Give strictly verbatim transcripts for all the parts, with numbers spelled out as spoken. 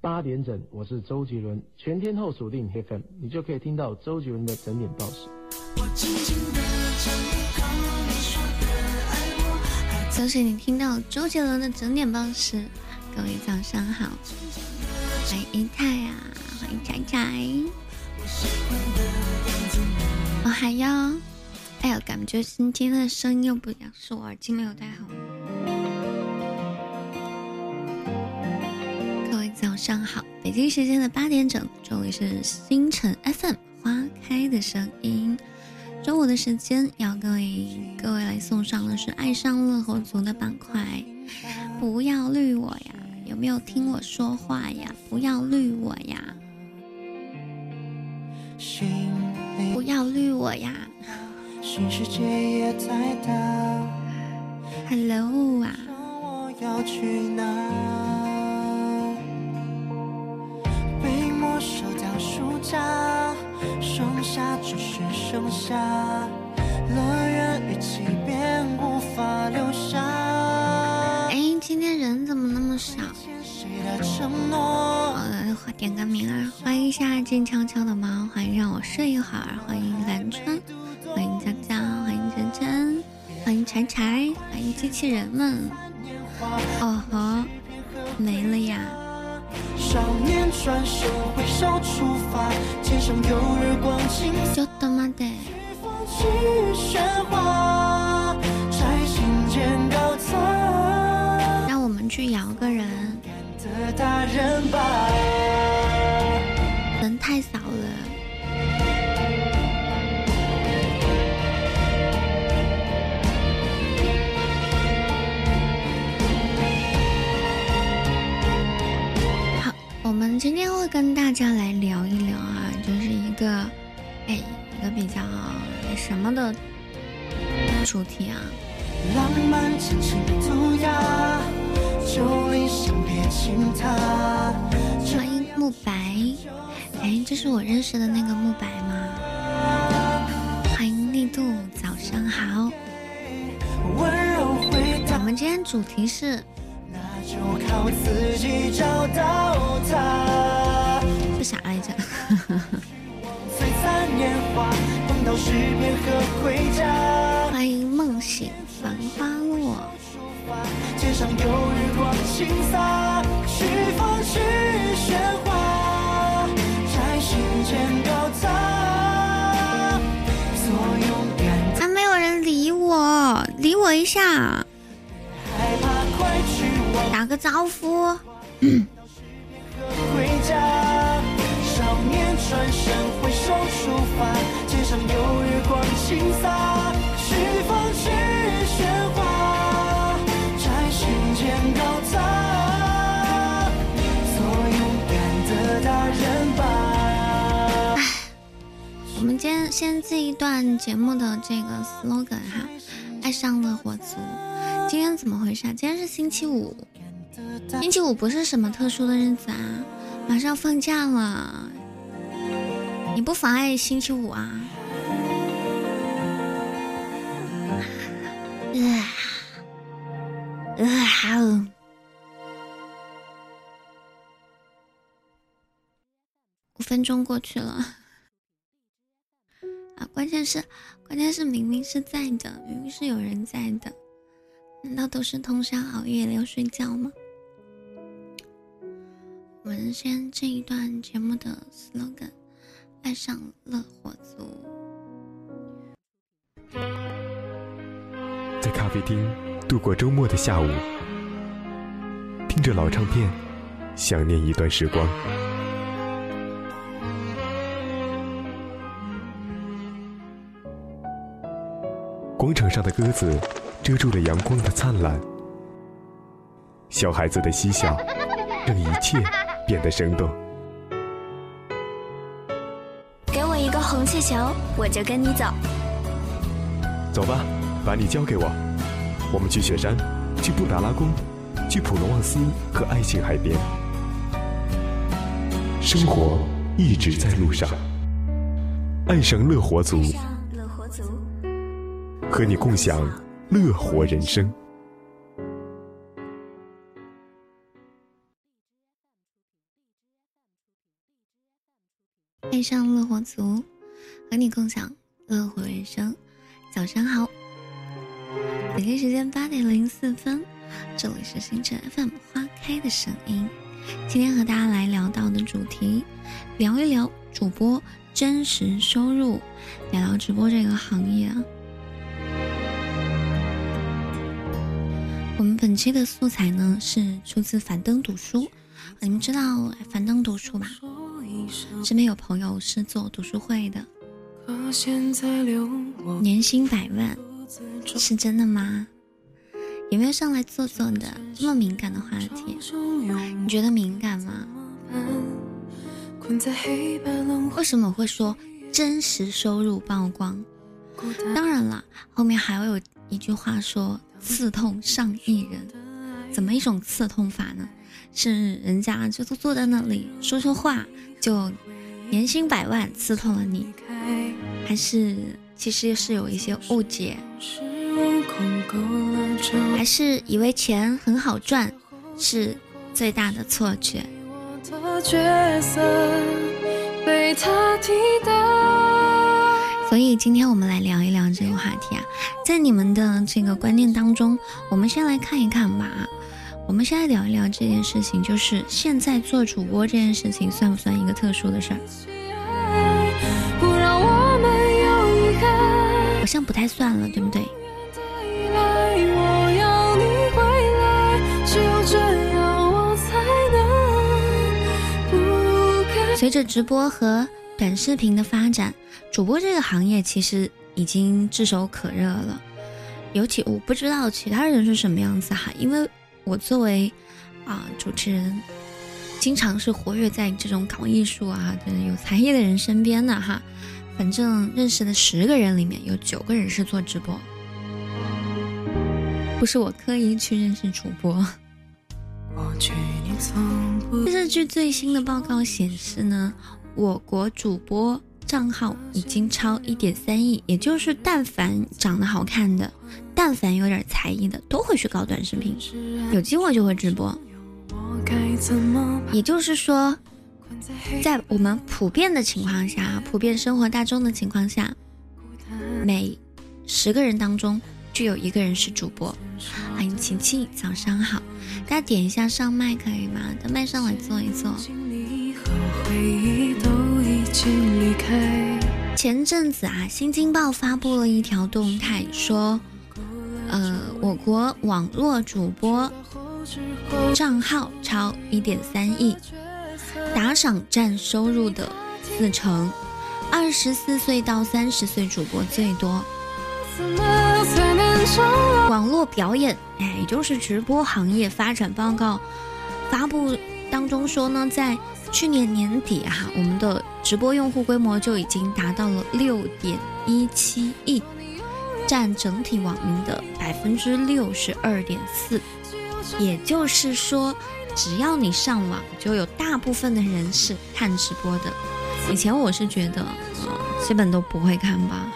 八点整，我是周杰伦，全天候锁定 F M， 你就可以听到周杰伦的整点报时。 就是你听到周杰伦的整点报时。各位早上好，欢迎一太啊，欢迎柴柴，我还要，哎呀，感觉今天的声音又不一样，是我耳机没有戴好。各位早上好，北京时间的八点整，这里是星辰 F M 花开的声音。中午的时间，要各位各位来送上的是爱上乐活族的板块，不要绿我呀。有没有听我说话呀？不要绿我呀！不要绿我呀 ！Hello 啊！被没收掉暑假，剩下只是剩下乐园与即便无法留下。哎，今天人怎么那么少？呃，点个名啊！欢迎一下静悄悄的猫，欢迎让我睡一会儿，欢迎蓝春，欢迎娇娇，欢迎晨晨，欢迎柴柴，欢迎机器人们。哦吼，没了呀！少年转身挥手出发，肩上有日光倾洒。就他妈的！让我们去摇个人。人太少了。好，我们今天会跟大家来聊一聊啊，就是一个哎一个比较什么的主题啊。浪漫轻轻涂鸦，就离想别亲他。欢迎慕白，哎，这是我认识的那个慕白吗？欢迎力度，早上好。我们今天主题是，那就靠自己找到他。是啥来着？欢迎梦醒繁花落。街上有日光倾洒，去风去喧哗，在心间高塔，做勇敢的。还没有人理我，理我一下，打个招呼。嗯。回家，少年转身挥手出发，街上有日光倾洒，去风去喧哗。高塔，做勇敢的大人吧。我们今天先这一段节目的这个 slogan 哈，爱上乐活族。今天怎么回事？今天是星期五，星期五不是什么特殊的日子啊，马上放假了，你不妨碍星期五啊。呃呃，好。五分钟过去了，啊，关键是，关键是明明是在的，明明是有人在的，难道都是通宵熬夜要睡觉吗？我们先这一段节目的 slogan， 爱上乐活族。 在咖啡厅度过周末的下午，听着老唱片，想念一段时光。广场上的鸽子遮住了阳光的灿烂，小孩子的嬉笑让一切变得生动。 给我一个红气球，我就跟你走。 走吧，把你交给我，我们去雪山，去布达拉宫，去普罗旺斯和爱琴海边。生活一直在路上，爱上乐活族，和你共享乐活人生。 爱上乐活族，和你共享乐活人生。早上好，北京时间八点零四分，这里是星辰 F M 花开的声音。今天和大家来聊到的主题，聊一聊主播真实收入，聊聊直播这个行业啊。我们本期的素材呢是出自樊登读书，你们知道樊登读书吧？身边有朋友是做读书会的，年薪百万，是真的吗？有没有上来做做的？这么敏感的话题，你觉得敏感吗？为什么会说真实收入曝光？当然了，后面还有一句话说刺痛上亿人。怎么一种刺痛法呢？是人家就坐在那里说说话就年薪百万刺痛了你，还是其实是有一些误解，还是以为钱很好赚是最大的错觉？所以今天我们来聊一聊这个话题啊，在你们的这个观念当中，我们先来看一看吧。我们先来聊一聊这件事情，就是现在做主播这件事情算不算一个特殊的事儿？好像不太算了，对不对？随着直播和短视频的发展，主播这个行业其实已经炙手可热了。尤其我不知道其他人是什么样子哈，因为我作为啊、呃、主持人，经常是活跃在这种搞艺术啊的有才艺的人身边的哈。反正认识的十个人里面有九个人是做直播，不是我刻意去认识主播。但是据最新的报告显示呢，我国主播账号已经超 一点三亿，也就是但凡长得好看的，但凡有点才艺的，都会去搞短视频，有机会就会直播。也就是说，在我们普遍的情况下，普遍生活大众的情况下，每十个人当中就有一个人是主播。欢迎琪琪，早上好，大家点一下上麦可以吗？等麦上来坐一坐。前阵子啊，新京报发布了一条动态说，呃，我国网络主播账号超 一点三亿，打赏占收入的四成，二十四岁到三十岁主播最多。网络表演，哎，也就是直播行业发展报告发布当中说呢，在去年年底啊，我们的直播用户规模就已经达到了 六点一七亿，占整体网民的 百分之六十二点四。 也就是说，只要你上网，就有大部分的人是看直播的。以前我是觉得呃，基本都不会看吧。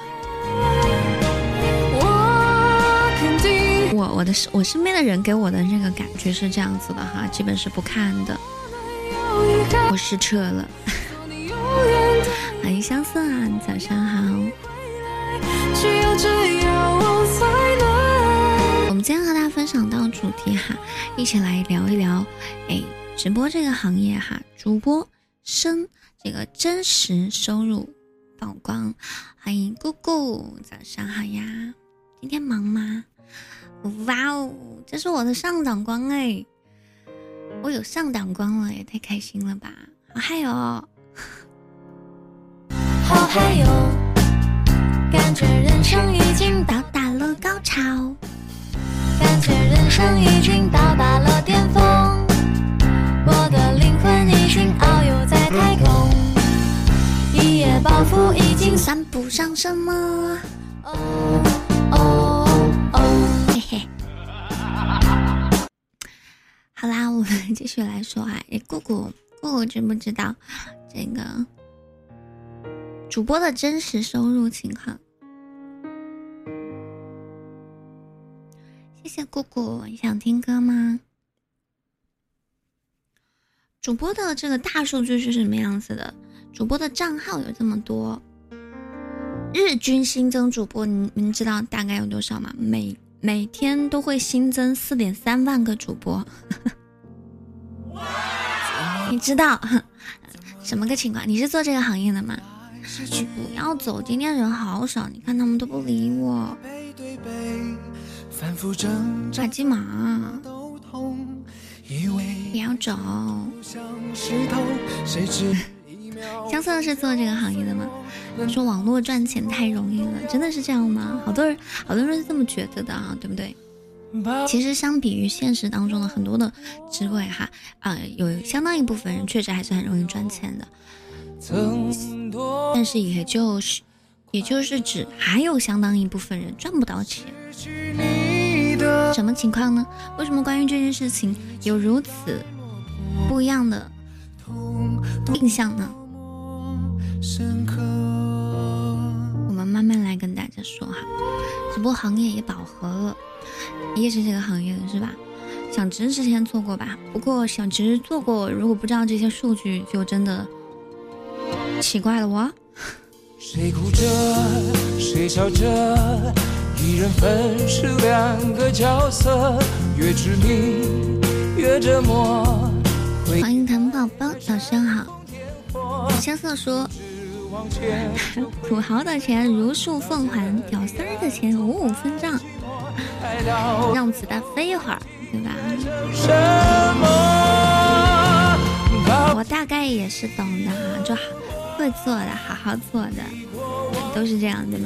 我我的我身边的人给我的这个感觉是这样子的哈，基本是不看的。我失撤了。欢迎相思啊，你早上好。我们今天和大家分享到主题哈，一起来聊一聊，哎，直播这个行业哈，主播生这个真实收入曝光。欢迎姑姑，早上好呀。今天忙吗？哇哦，这是我的上档光哎，我有上档光了，也太开心了吧！好嗨哟，好嗨哟，感觉人生已经到达了高潮，感觉人生已经到达了巅峰，我的灵魂已经遨游在太空，一夜暴富已经算不上什么。哦哦哦，嘿嘿。好啦，我们继续来说啊，哎，姑姑，姑姑知不知道这个主播的真实收入情况？谢谢姑姑，你想听歌吗？主播的这个大数据是什么样子的？ 主播的账号有这么多，日均新增主播，你们知道大概有多少吗？每每天都会新增 四点三万个主播。你知道什么个情况？你是做这个行业的吗？不要走，今天人好少，你看他们都不理我。傻鸡马，不要走。相似是做这个行业的吗？说网络赚钱太容易了，真的是这样吗？好多人好多人是这么觉得的啊，对不对？其实相比于现实当中的很多的职位哈，啊、呃，有相当一部分人确实还是很容易赚钱的，但是也就是也就是指还有相当一部分人赚不到钱。什么情况呢？为什么关于这件事情有如此不一样的印象呢？我们慢慢来跟大家说哈。直播行业也饱和了，你也是这个行业的是吧？小直之前做过吧，不过小直做过，如果不知道这些数据，就真的奇怪了我。 谁哭着，谁笑着，一人分饰两个角色，越执迷越折磨。 欢迎谭宝宝，早上好。香色说，土豪的钱如数奉还，屌丝儿的钱五五分账，让子弹飞一会儿，对吧？我大概也是懂的，就会做的，好好做的，都是这样对吗？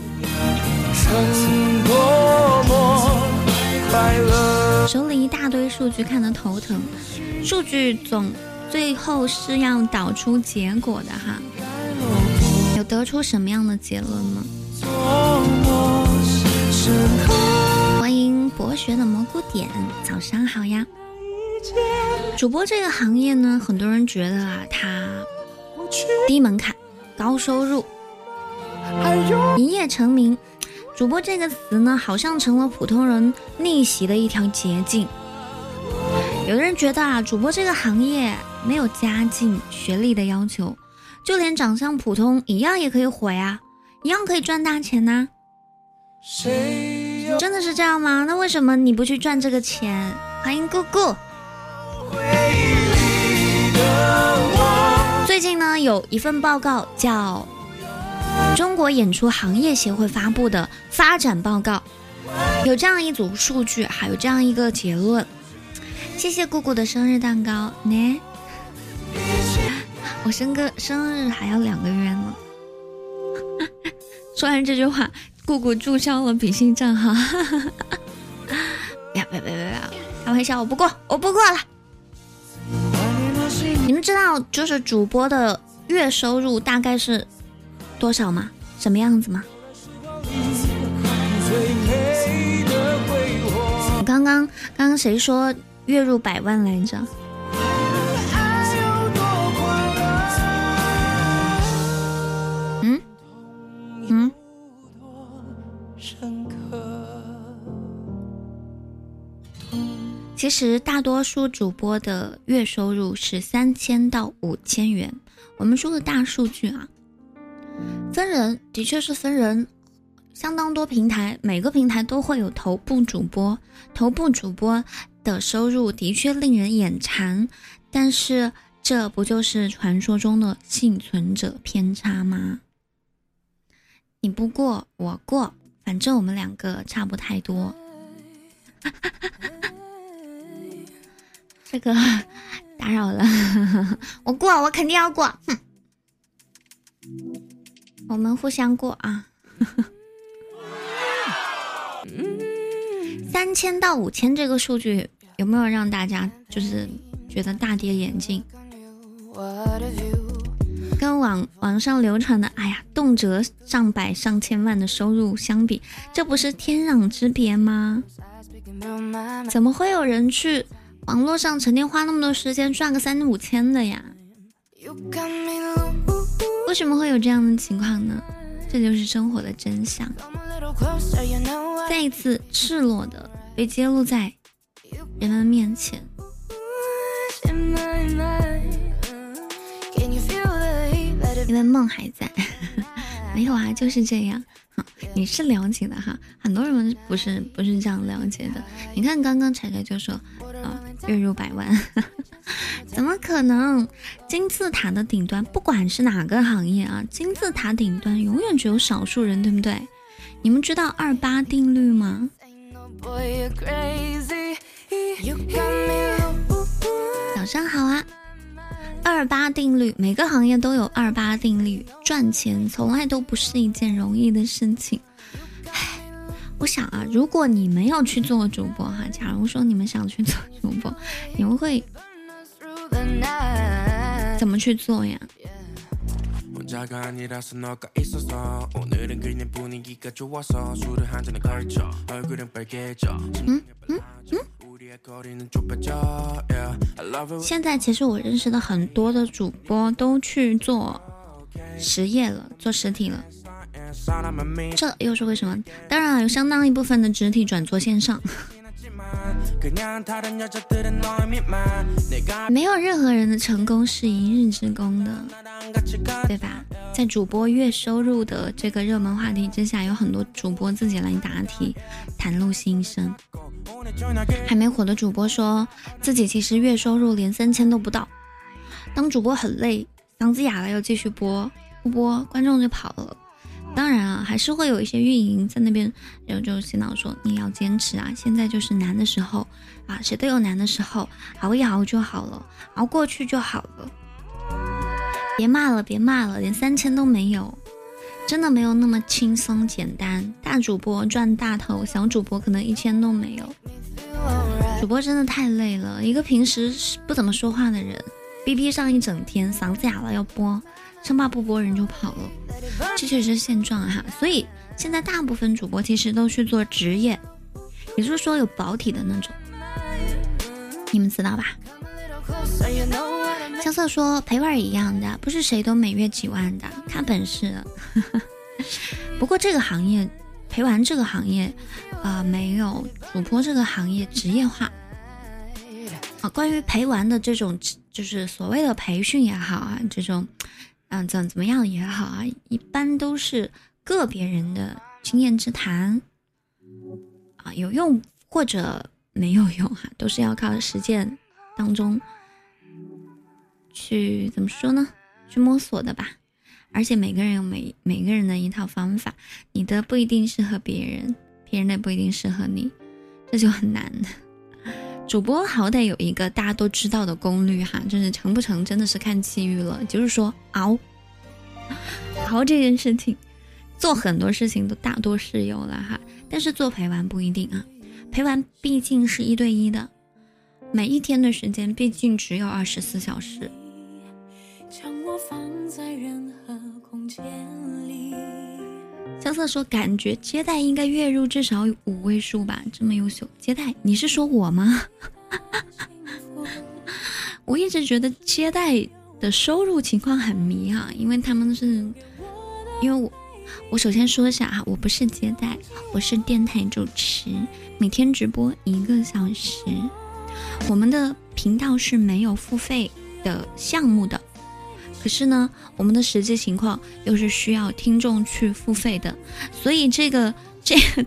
手里一大堆数据看得头疼，数据总最后是要导出结果的哈。有得出什么样的结论吗？欢迎博学的蘑菇点，早上好呀。主播这个行业呢，很多人觉得啊，它低门槛、高收入、一夜成名。主播这个词呢，好像成了普通人逆袭的一条捷径。有的人觉得啊，主播这个行业没有家境、学历的要求，就连长相普通一样也可以火呀，一样可以赚大钱呐、啊。真的是这样吗？那为什么你不去赚这个钱？欢迎姑姑。最近呢，有一份报告叫中国演出行业协会发布的发展报告，有这样一组数据，还有这样一个结论。谢谢姑姑的生日蛋糕呢，我生个生日还要两个月呢。说完这句话，姑姑注销了比心账号。别别别别别，开玩笑，我不过，我不过了。你们知道就是主播的月收入大概是多少吗？什么样子吗？我刚刚刚刚谁说月入百万来着？嗯嗯，其实大多数主播的月收入是三千到五千元。我们说的大数据啊，分人，的确是分人，相当多平台，每个平台都会有头部主播，头部主播的收入的确令人眼馋，但是这不就是传说中的幸存者偏差吗？你不过我过，反正我们两个差不太多。这个打扰了，我过，我肯定要过，哼，我们互相过啊。三千到五千这个数据有没有让大家就是觉得大跌眼镜？跟网网上流传的哎呀动辄上百上千万的收入相比，这不是天壤之别吗？怎么会有人去网络上成天花那么多时间赚个三五千的呀？为什么会有这样的情况呢？这就是生活的真相，再一次赤裸的被揭露在人们面前。 因为梦还在。没有啊，就是这样。你是了解的哈，很多人不是不是这样了解的。你看刚刚柴柴就说啊，月入百万，怎么可能？金字塔的顶端，不管是哪个行业啊，金字塔顶端永远只有少数人，对不对？你们知道二八定律吗？早上好啊。二八定律，每个行业都有二八定律，赚钱从来都不是一件容易的事情。唉，我想啊，如果你们要去做主播哈，假如说你们想去做主播，你们会怎么去做呀？嗯嗯嗯。现在其实我认识的很多的主播都去做实业了，做实体了，这又是为什么？当然有相当一部分的实体转做线上。没有任何人的成功是一日之功的，对吧？在主播月收入的这个热门话题之下，有很多主播自己来答题，袒露心声。还没火的主播说自己其实月收入连三千都不到，当主播很累，嗓子哑了要继续播，不播观众就跑了。当然啊，还是会有一些运营在那边就就洗脑说你要坚持啊，现在就是难的时候啊，谁都有难的时候，熬一熬就好了，熬过去就好了。别骂了别骂了，连三千都没有，真的没有那么轻松简单。大主播赚大头，小主播可能一千都没有。主播真的太累了，一个平时不怎么说话的人，逼逼上一整天，嗓子哑了要播，生怕不播人就跑了，这确实是现状哈。所以现在大部分主播其实都去做职业，也就是说有保体的那种，你们知道吧？萧瑟说陪玩一样的，不是谁都每月几万的，看本事的。不过这个行业陪玩这个行业呃，没有主播这个行业职业化啊。关于陪玩的这种就是所谓的培训也好啊，这种嗯怎怎么样也好啊，一般都是个别人的经验之谈啊，有用或者没有用哈、啊，都是要靠实践当中去怎么说呢？去摸索的吧。而且每个人有每每个人的一套方法，你的不一定适合别人，别人的不一定适合你，这就很难。主播好歹有一个大家都知道的功率哈，就是成不成真的是看机遇了。就是说熬熬这件事情，做很多事情都大多适用了哈，但是做陪玩不一定啊。陪玩毕竟是一对一的，每一天的时间毕竟只有二十四小时。将我放在任何空间里。萧瑟说感觉接待应该月入至少五位数吧，这么优秀。接待你是说我吗？我一直觉得接待的收入情况很迷啊，因为他们是因为我我首先说一下哈，我不是接待，我是电台主持，每天直播一个小时。我们的频道是没有付费的项目的，可是呢我们的实际情况又是需要听众去付费的，所以这个这个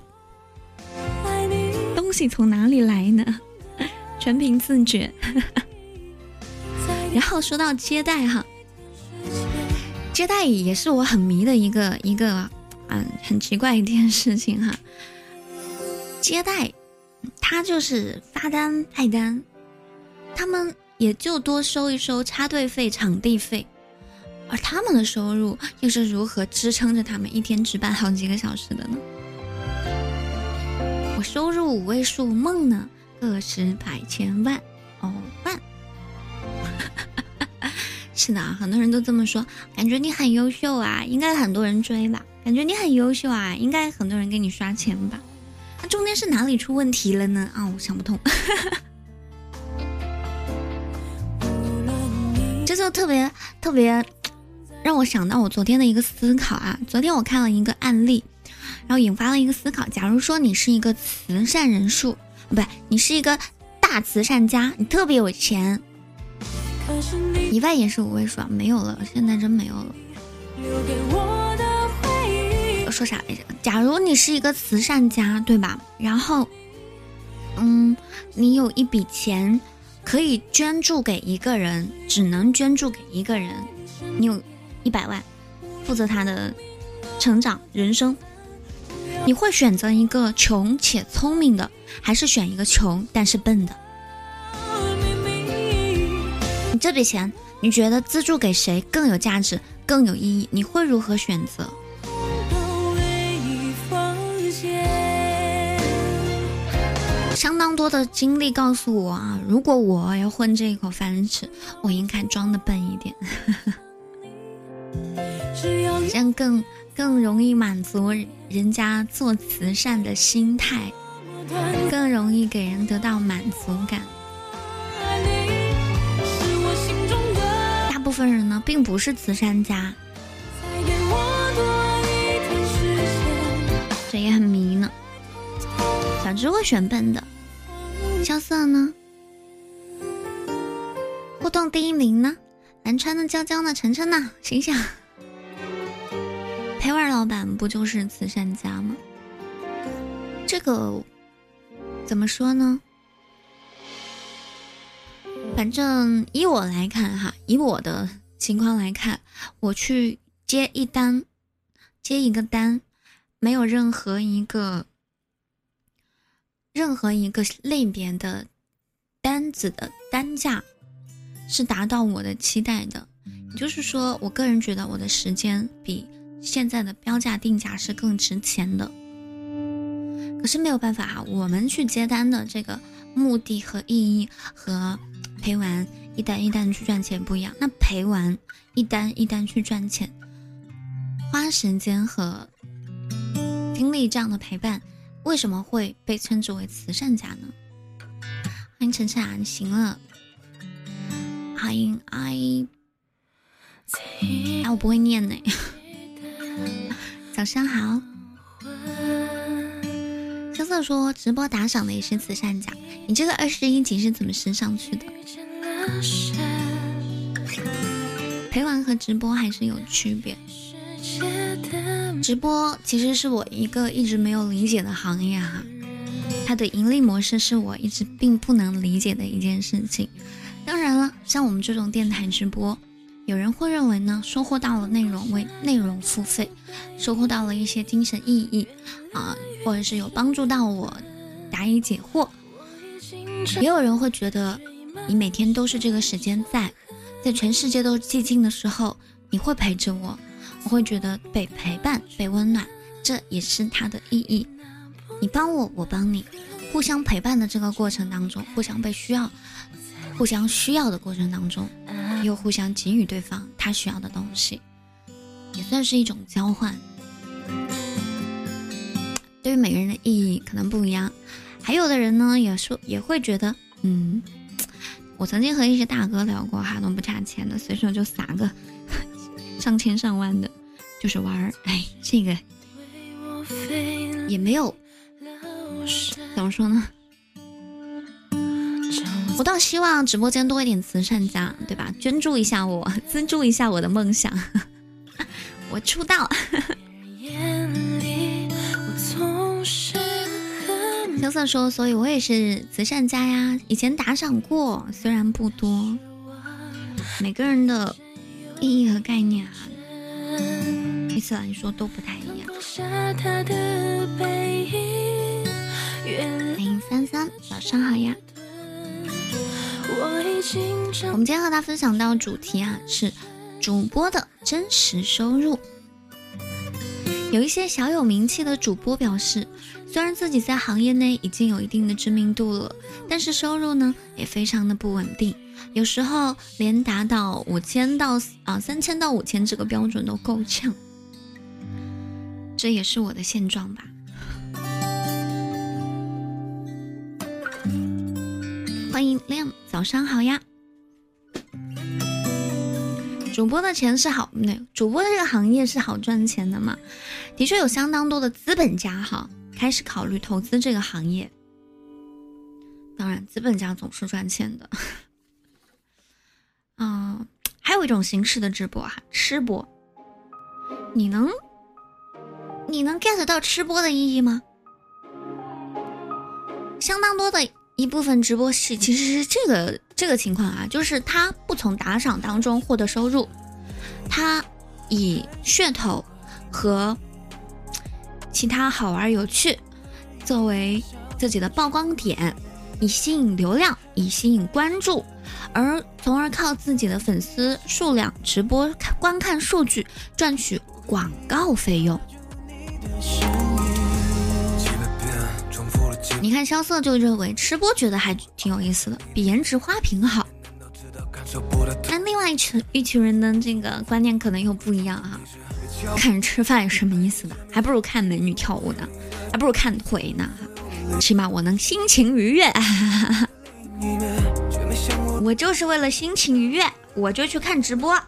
东西从哪里来呢？全凭自觉。然后说到接待哈，接待也是我很迷的一个一个嗯很奇怪一件事情哈。接待他就是发单派单，他们也就多收一收插队费场地费，而他们的收入又是如何支撑着他们一天值班好几个小时的呢？我收入五位数，梦呢个十百千万哦万。是的，很多人都这么说，感觉你很优秀啊，应该很多人追吧，感觉你很优秀啊，应该很多人给你刷钱吧。那中间是哪里出问题了呢？啊，我想不通。这就特别特别让我想到我昨天的一个思考啊。昨天我看了一个案例，然后引发了一个思考。假如说你是一个慈善人数，不对，你是一个大慈善家，你特别有钱，一万也是五位数啊，没有了，现在真没有了。 说啥来着？假如你是一个慈善家，对吧？然后，嗯，你有一笔钱可以捐助给一个人，只能捐助给一个人。你有一百万，负责他的成长人生，你会选择一个穷且聪明的，还是选一个穷但是笨的？你这笔钱，你觉得资助给谁更有价值、更有意义？你会如何选择？相当多的经历告诉我啊，如果我要混这一口饭吃，我应该装的笨一点，这样更更容易满足人家做慈善的心态，更容易给人得到满足感。大部分人呢，并不是慈善家，这也很迷呢。小智会选笨的，萧瑟呢？互动第一名呢？蓝川的娇娇呢？晨晨呢？醒醒！陪玩老板不就是慈善家吗？这个怎么说呢？反正以我来看哈，以我的情况来看，我去接一单，接一个单，没有任何一个。任何一个类别的单子的单价是达到我的期待的，也就是说，我个人觉得我的时间比现在的标价定价是更值钱的。可是没有办法哈，我们去接单的这个目的和意义和陪玩一单一单去赚钱不一样。那陪玩一单一单去赚钱，花时间和精力这样的陪伴，为什么会被称之为慈善家呢？欢迎晨晨啊，你行了。欢迎 I， 哎，我不会念呢。早上好。萧瑟说，直播打赏的也是慈善家，你这个二十一级是怎么升上去的？陪玩和直播还是有区别。直播其实是我一个一直没有理解的行业哈，它的盈利模式是我一直并不能理解的一件事情。当然了，像我们这种电台直播，有人会认为呢，收获到了内容为内容付费，收获到了一些精神意义啊、呃，或者是有帮助到我答疑解惑。也有人会觉得，你每天都是这个时间在，在全世界都寂静的时候，你会陪着我。我会觉得被陪伴被温暖，这也是它的意义。你帮我我帮你，互相陪伴的这个过程当中，互相被需要互相需要的过程当中，又互相给予对方他需要的东西，也算是一种交换。对于每个人的意义可能不一样，还有的人呢也说也会觉得嗯，我曾经和一些大哥聊过哈，都不差钱的，随手就撒个上千上万的，就是玩儿，哎，这个也没有怎么说呢？我倒希望直播间多一点慈善家，对吧？捐助一下我，资助一下我的梦想，我出道。萧瑟说，所以我也是慈善家呀，以前打赏过，虽然不多。每个人的意义和概念啊，彼此来说都不太一样。欢迎三三，早上好呀。我们今天和大家分享到主题啊，是主播的真实收入。有一些小有名气的主播表示，虽然自己在行业内已经有一定的知名度了，但是收入呢也非常的不稳定，有时候连达到五千到啊三千到五千这个标准都够呛，这也是我的现状吧。欢迎亮，早上好呀。主播的钱是好，那主播的这个行业是好赚钱的嘛？的确有相当多的资本家哈，开始考虑投资这个行业。当然，资本家总是赚钱的。嗯、呃，还有一种形式的直播哈，吃播。 你能你能 get 到吃播的意义吗？相当多的一部分直播是其实是这个这个情况啊，就是他不从打赏当中获得收入，他以噱头和其他好玩有趣作为自己的曝光点，以吸引流量，以吸引关注，而从而靠自己的粉丝数量、直播观看数据赚取广告费用。你看萧瑟就认为吃播觉得还挺有意思的，比颜值花瓶好。那另外一群一群人的这个观念可能又不一样啊，看人吃饭有什么意思呢？还不如看美女跳舞呢，还不如看腿呢，起码我能心情愉悦。我就是为了心情愉悦，我就去看直播。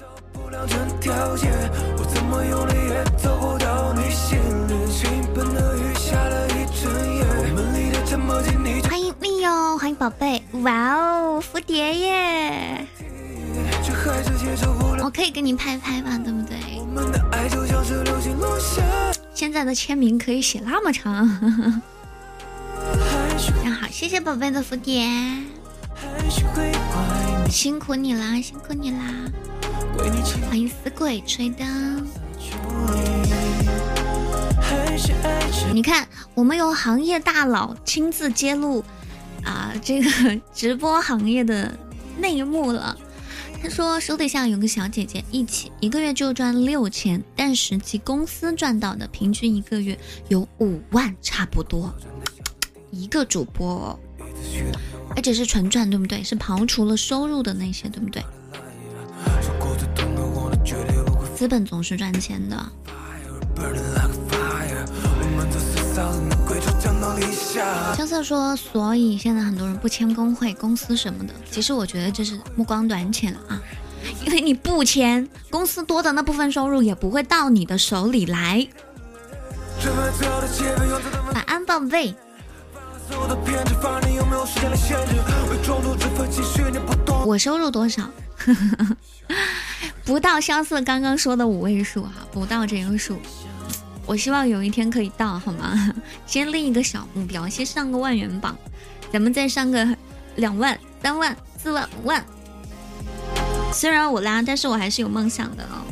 欢迎丽友，欢迎宝贝，哇哦，蝴蝶耶！我可以给你拍拍吧，对不对？现在的签名可以写那么长。那好，谢谢宝贝的蝴蝶，辛苦你啦，辛苦你啦！欢迎死鬼吹灯。你看，我们有行业大佬亲自揭露啊，这个直播行业的内幕了。他说手底下有个小姐姐一起一个月就赚六千，但实际公司赚到的平均一个月有五万差不多。一个主播、哦，而且是纯赚，对不对？是刨除了收入的那些，对不对？资本总是赚钱的。萧瑟说，所以现在很多人不签工会、公司什么的，其实我觉得这是目光短浅了啊，因为你不签，公司多的那部分收入也不会到你的手里来。晚安，宝贝。我收入多少？不到萧瑟刚刚说的五位数哈，不到这个数。我希望有一天可以到，好吗？先立一个小目标，先上个万元榜，咱们再上个两万、三万、四万、五万。虽然我拉，但是我还是有梦想的哦。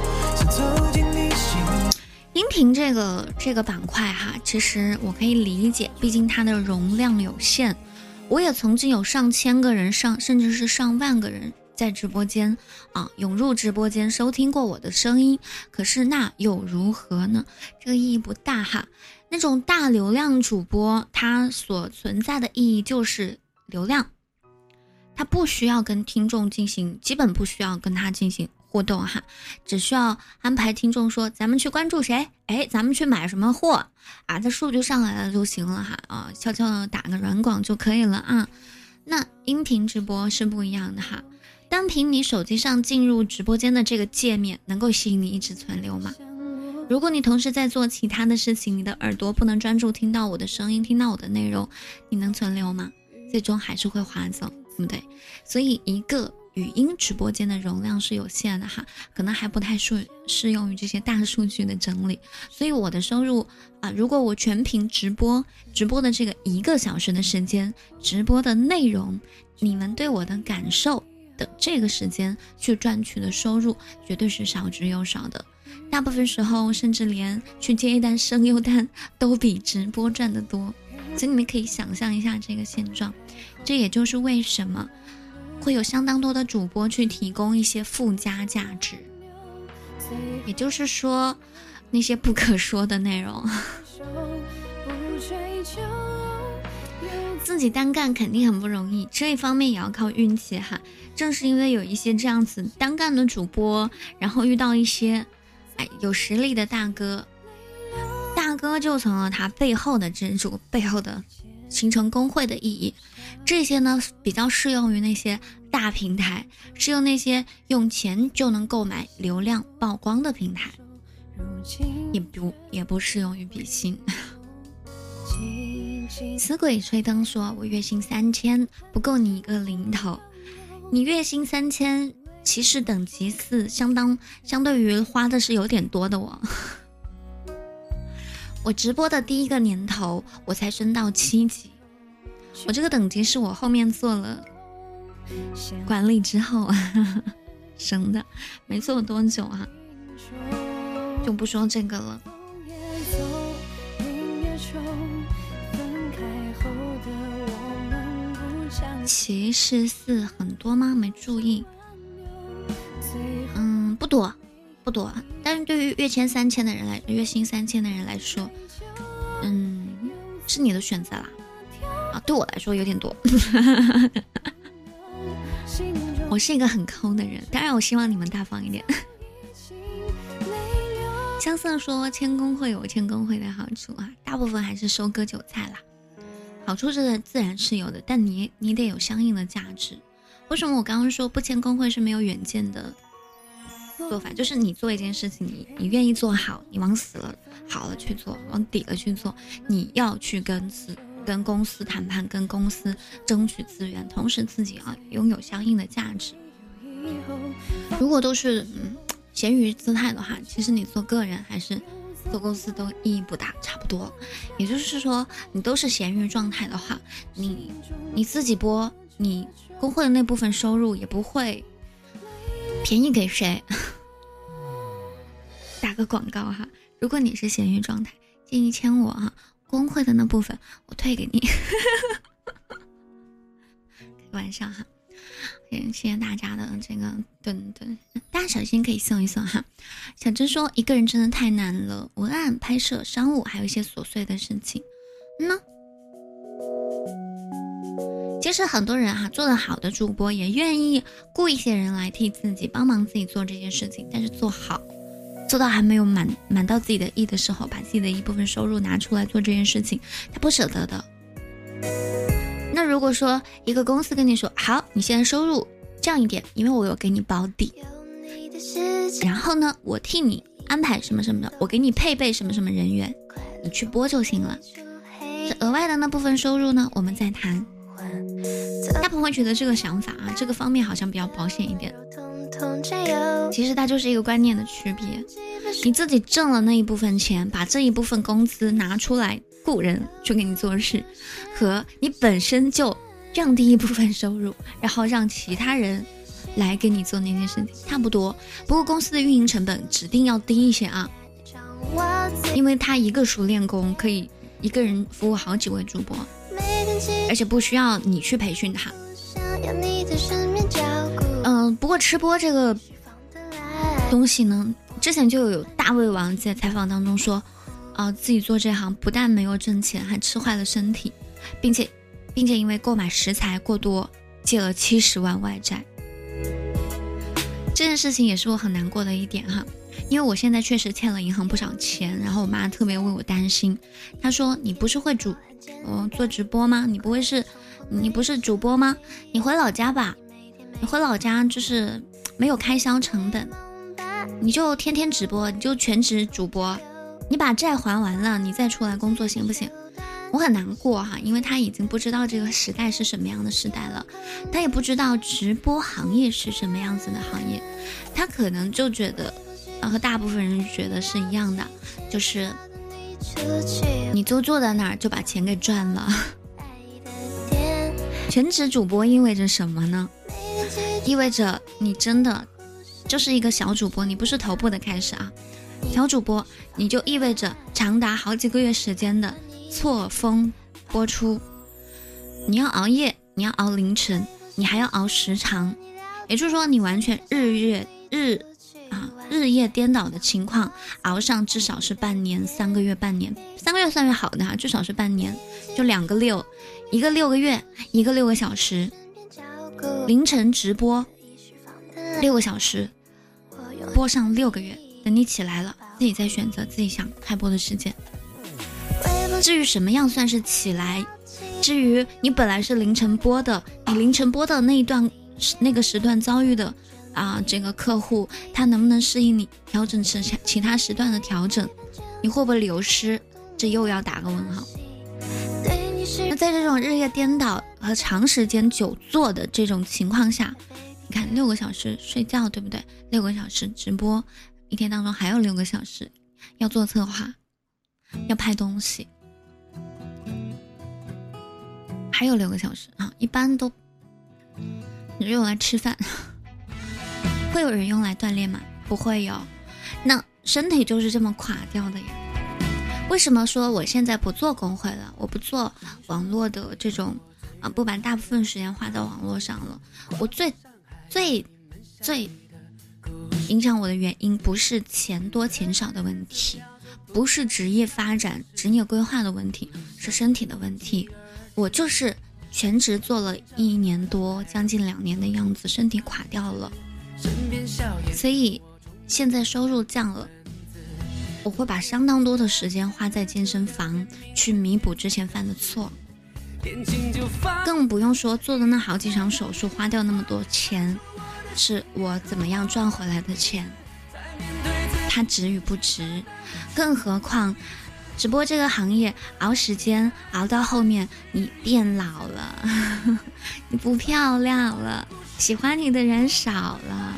音频这个这个板块哈，其实我可以理解，毕竟它的容量有限。我也曾经有上千个人上，甚至是上万个人在直播间啊涌入直播间收听过我的声音，可是那又如何呢？这个意义不大哈。那种大流量主播，它所存在的意义就是流量，它不需要跟听众进行，基本不需要跟他进行互动哈，只需要安排听众说咱们去关注谁，哎，咱们去买什么货啊，这数据上来了就行了哈，啊，悄悄的打个软广就可以了啊。那音频直播是不一样的哈，单凭你手机上进入直播间的这个界面，能够吸引你一直存留吗？如果你同时在做其他的事情，你的耳朵不能专注听到我的声音，听到我的内容，你能存留吗？最终还是会划走，对不对？所以一个语音直播间的容量是有限的哈，可能还不太适适用于这些大数据的整理。所以我的收入啊，如果我全凭直播直播的这个一个小时的时间，直播的内容，你们对我的感受的这个时间去赚取的收入，绝对是少之又少的。大部分时候甚至连去接一单声优单都比直播赚得多。所以你们可以想象一下这个现状，这也就是为什么会有相当多的主播去提供一些附加价值，也就是说那些不可说的内容。自己单干肯定很不容易，这一方面也要靠运气哈。正是因为有一些这样子单干的主播，然后遇到一些哎有实力的大哥，大哥就成了他背后的支柱，背后的形成工会的意义。这些呢比较适用于那些大平台，适用那些用钱就能购买流量曝光的平台，也不也不适用于比心。死鬼吹灯说，我月薪三千不够你一个零头，你月薪三千骑士等级四，相当相对于花的是有点多的我。我直播的第一个年头，我才升到七级。我这个等级是我后面做了管理之后啊升的，没做多久啊，就不说这个了。骑士四很多吗？没注意。嗯，不多不多，但是对于月签三千的人来，月薪三千的人来说，嗯，是你的选择啦。啊，对我来说有点多。我是一个很抠的人，当然我希望你们大方一点。香色说签工会有签工会的好处啊，大部分还是收割韭菜啦。好处这个自然是有的，但你你得有相应的价值。为什么我刚刚说不签工会是没有远见的做法？就是你做一件事情，你你愿意做好，你往死了好了去做，往底了去做，你要去跟自跟公司谈判，跟公司争取资源，同时自己要拥有相应的价值。如果都是嗯闲鱼姿态的话，其实你做个人还是做公司都意义不大，差不多。也就是说，你都是闲鱼状态的话，你你自己播，你工会的那部分收入也不会便宜给谁。打个广告哈，如果你是闲鱼状态，建议签我哈，工会的那部分我退给你。开玩笑哈。谢谢大家的这个等等，大家小心可以送一送哈。小珍说一个人真的太难了，文案、拍摄、商务，还有一些琐碎的事情。嗯呢，其实很多人哈做得好的主播也愿意雇一些人来替自己帮忙自己做这件事情，但是做好做到还没有满满到自己的意的时候，把自己的一部分收入拿出来做这件事情，他不舍得的。那如果说一个公司跟你说好，你现在收入这样一点，因为我有给你保底，然后呢我替你安排什么什么的，我给你配备什么什么人员，你去播就行了，这额外的那部分收入呢我们再谈。大部分会觉得这个想法啊，这个方面好像比较保险一点，其实它就是一个观念的区别。你自己挣了那一部分钱，把这一部分工资拿出来雇人去给你做事，和你本身就降低一部分收入，然后让其他人来给你做那件事情差不多。不过公司的运营成本指定要低一些啊，因为他一个熟练工可以一个人服务好几位主播，而且不需要你去培训他。嗯、呃，不过吃播这个东西呢，之前就有大胃王在采访当中说呃，自己做这行不但没有挣钱，还吃坏了身体，并且并且因为购买食材过多借了七十万外债。这件事情也是我很难过的一点哈，因为我现在确实欠了银行不少钱，然后我妈特别为我担心。她说你不是会主呃做直播吗？你不会是你不是主播吗？你回老家吧，你回老家就是没有开销成本，你就天天直播，你就全职主播，你把债还完了你再出来工作行不行？我很难过哈，因为他已经不知道这个时代是什么样的时代了，他也不知道直播行业是什么样子的行业，他可能就觉得和大部分人觉得是一样的，就是你就坐在那儿就把钱给赚了。全职主播意味着什么呢？意味着你真的就是一个小主播，你不是头部的开始啊，小主播你就意味着长达好几个月时间的错峰播出，你要熬夜，你要熬凌晨，你还要熬时长，也就是说你完全日月日啊日夜颠倒的情况，熬上至少是半年、三个月、半年，三个月算是好的哈，至少是半年，就两个六，一个六个月，一个六个小时，凌晨直播六个小时，播上六个月，等你起来了，自己再选择自己想开播的时间。至于什么样算是起来，至于你本来是凌晨播的，你凌晨播的那一段那个时段遭遇的啊、呃，这个客户他能不能适应你调整其其他时段的调整，你会不会流失，这又要打个问号。那在这种日夜颠倒和长时间久坐的这种情况下， 你看六个小时睡觉，对不对？六个小时直播，一天当中还有六个小时要做策划，要拍东西，还有六个小时啊，一般都用来吃饭。会有人用来锻炼吗？不会有，那身体就是这么垮掉的呀。为什么说我现在不做公会了，我不做网络的这种啊，不把大部分时间花在网络上了？我最最最影响我的原因不是钱多钱少的问题，不是职业发展职业规划的问题，是身体的问题。我就是全职做了一年多将近两年的样子，身体垮掉了，所以现在收入降了，我会把相当多的时间花在健身房去弥补之前犯的错，更不用说做的那好几场手术花掉那么多钱，是我怎么样赚回来的钱，它值与不值。更何况直播这个行业熬时间熬到后面，你变老了你不漂亮了，喜欢你的人少了，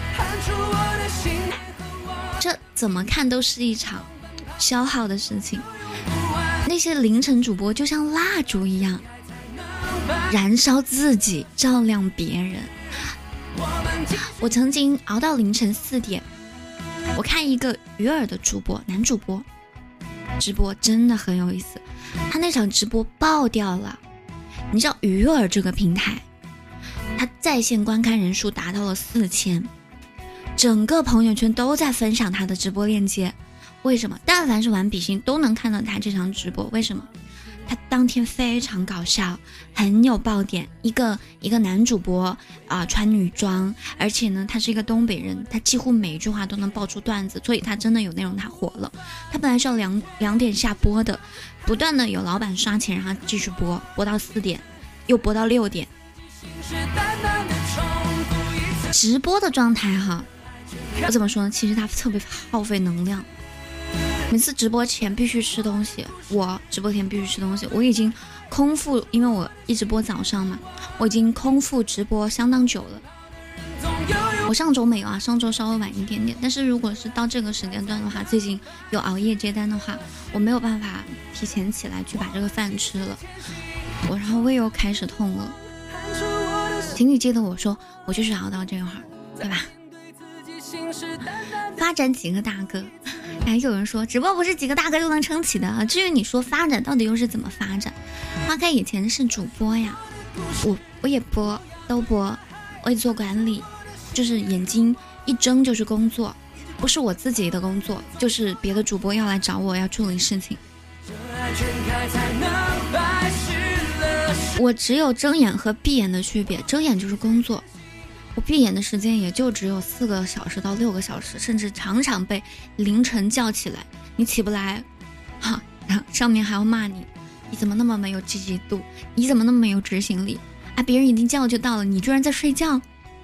这怎么看都是一场消耗的事情。那些凌晨主播就像蜡烛一样，燃烧自己，照亮别人。我曾经熬到凌晨四点，我看一个鱼耳的主播，男主播直播真的很有意思，他那场直播爆掉了。你知道鱼耳这个平台，他在线观看人数达到了四千，整个朋友圈都在分享他的直播链接。为什么？但凡是玩比心都能看到他这场直播。为什么？他当天非常搞笑，很有爆点。一个一个男主播啊、呃，穿女装，而且呢，他是一个东北人，他几乎每一句话都能爆出段子，所以他真的有内容，他火了。他本来是要两两点下播的，不断的有老板刷钱让他继续播，播到四点，又播到六点。直播的状态哈，我怎么说呢？其实他特别耗费能量。每次直播前必须吃东西，我直播前必须吃东西。我已经空腹，因为我一直播早上嘛，我已经空腹直播相当久了。我上周没有啊，上周稍微晚一点点，但是如果是到这个时间段的话，最近有熬夜接单的话，我没有办法提前起来去把这个饭吃了，我然后胃又开始痛了。请你记得我说，我就是熬到这会儿，对吧？发展几个大哥，还有人说直播不是几个大哥就能撑起的。至于你说发展到底又是怎么发展？花开以前是主播呀，我我也播，都播，我也做管理，就是眼睛一睁就是工作，不是我自己的工作，就是别的主播要来找我要处理事情。我只有睁眼和闭眼的区别，睁眼就是工作，我闭眼的时间也就只有四个小时到六个小时，甚至常常被凌晨叫起来，你起不来，哈，上面还要骂你，你怎么那么没有积极度，你怎么那么没有执行力啊？别人已经叫就到了，你居然在睡觉。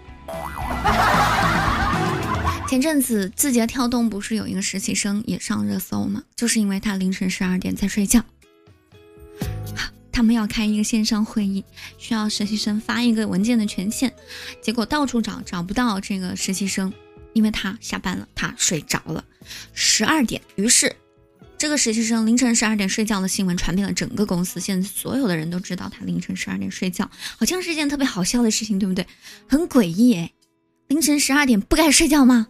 前阵子字节跳动不是有一个实习生也上热搜吗？就是因为他凌晨十二点在睡觉。他们要开一个线上会议，需要实习生发一个文件的权限，结果到处找找不到这个实习生，因为他下班了，他睡着了。十二点，于是这个实习生凌晨十二点睡觉的新闻传遍了整个公司，现在所有的人都知道他凌晨十二点睡觉，好像是一件特别好笑的事情，对不对？很诡异诶，凌晨十二点不该睡觉吗？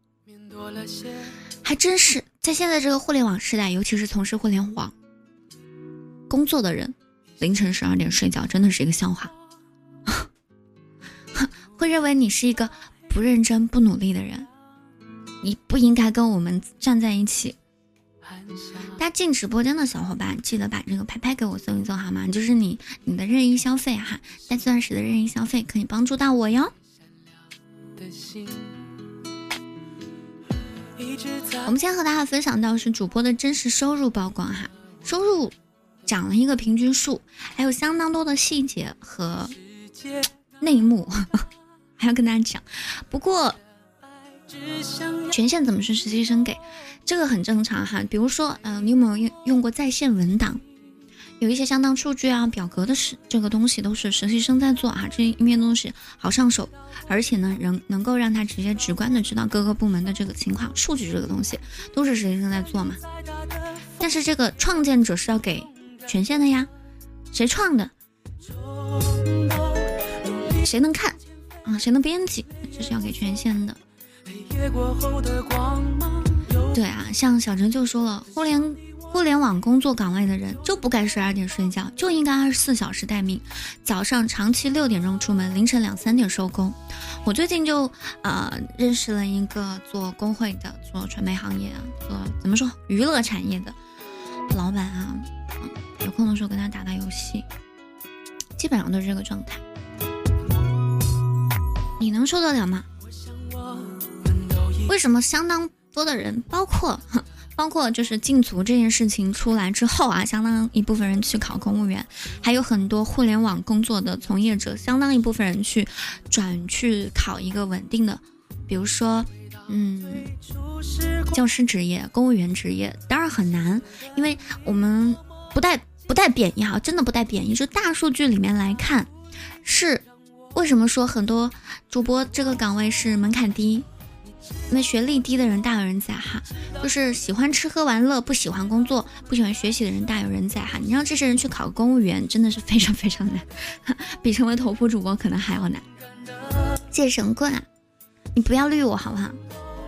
还真是，在现在这个互联网时代，尤其是从事互联网工作的人，凌晨十二点睡觉真的是一个笑话。会认为你是一个不认真不努力的人，你不应该跟我们站在一起。大家进直播间的小伙伴记得把这个拍拍给我送一送好吗？就是你你的任意消费哈，带钻石的任意消费可以帮助到我哟。我们今天和大家分享到是主播的真实收入曝光哈，收入讲了一个平均数，还有相当多的细节和内幕还要跟大家讲。不过权限怎么是实习生给，这个很正常哈。比如说呃，你有没有用过在线文档？ 有一些相当数据啊、表格的事，这个东西都是实习生在做啊，这一面东西好上手，而且呢，能能够让他直接直观的知道各个部门的这个情况。数据这个东西都是实习生在做嘛，但是这个创建者是要给权限的呀，谁创的，谁能看啊，谁能编辑，这是要给权限的。对啊，像小陈就说了，互联互联网工作岗位的人就不该十二点睡觉，就应该二十四小时待命，早上长期六点钟出门，凌晨两三点收工。我最近就呃认识了一个做工会的，做传媒行业啊，做怎么说娱乐产业的老板啊，嗯、有空的时候跟他打打游戏，基本上都是这个状态。你能受得了吗？为什么相当多的人，包括包括就是禁足这件事情出来之后啊，相当一部分人去考公务员，还有很多互联网工作的从业者，相当一部分人去转去考一个稳定的，比如说嗯，教师职业、公务员职业，当然很难，因为我们不带不带贬义哈，真的不带贬义，就大数据里面来看，是为什么说很多主播这个岗位是门槛低？因为学历低的人大有人在哈，就是喜欢吃喝玩乐不喜欢工作不喜欢学习的人大有人在哈。你让这些人去考公务员真的是非常非常难，比成为头部主播可能还要难。借神棍啊，你不要绿我好不好？